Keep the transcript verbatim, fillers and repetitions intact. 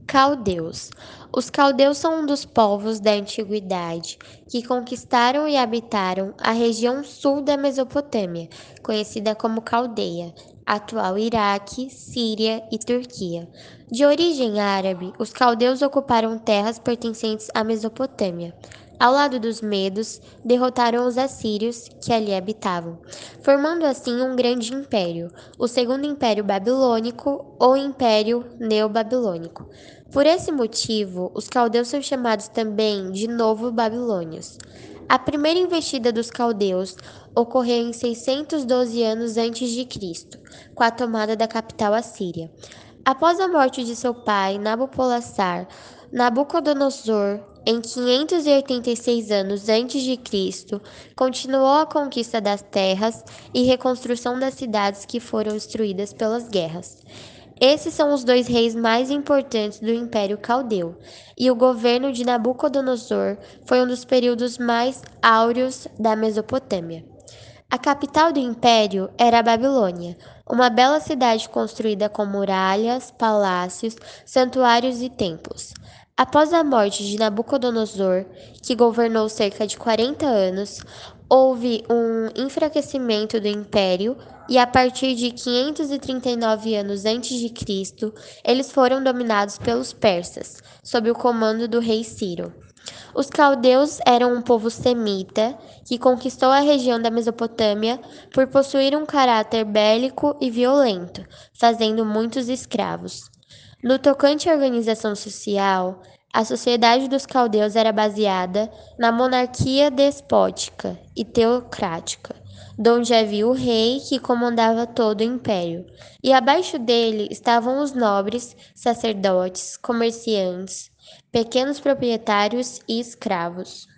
Caldeus. Os caldeus são um dos povos da antiguidade que conquistaram e habitaram a região sul da Mesopotâmia, conhecida como Caldeia, atual Iraque, Síria e Turquia. De origem árabe, os caldeus ocuparam terras pertencentes à Mesopotâmia. Ao lado dos medos, derrotaram os assírios que ali habitavam, formando assim um grande império, o Segundo Império Babilônico ou Império Neobabilônico. Por esse motivo, os caldeus são chamados também de Novo Babilônios. A primeira investida dos caldeus ocorreu em seiscentos e doze anos antes de Cristo, com a tomada da capital assíria. Após a morte de seu pai, Nabopolassar, Nabucodonosor, em quinhentos e oitenta e seis anos antes de Cristo, continuou a conquista das terras e reconstrução das cidades que foram destruídas pelas guerras. Esses são os dois reis mais importantes do Império Caldeu, e o governo de Nabucodonosor foi um dos períodos mais áureos da Mesopotâmia. A capital do império era a Babilônia, uma bela cidade construída com muralhas, palácios, santuários e templos. Após a morte de Nabucodonosor, que governou cerca de quarenta anos, houve um enfraquecimento do império e a partir de quinhentos e trinta e nove anos antes de Cristo, eles foram dominados pelos persas, sob o comando do rei Ciro. Os caldeus eram um povo semita que conquistou a região da Mesopotâmia por possuir um caráter bélico e violento, fazendo muitos escravos. No tocante à organização social, a sociedade dos caldeus era baseada na monarquia despótica e teocrática, donde havia o rei que comandava todo o império, e abaixo dele estavam os nobres, sacerdotes, comerciantes, pequenos proprietários e escravos.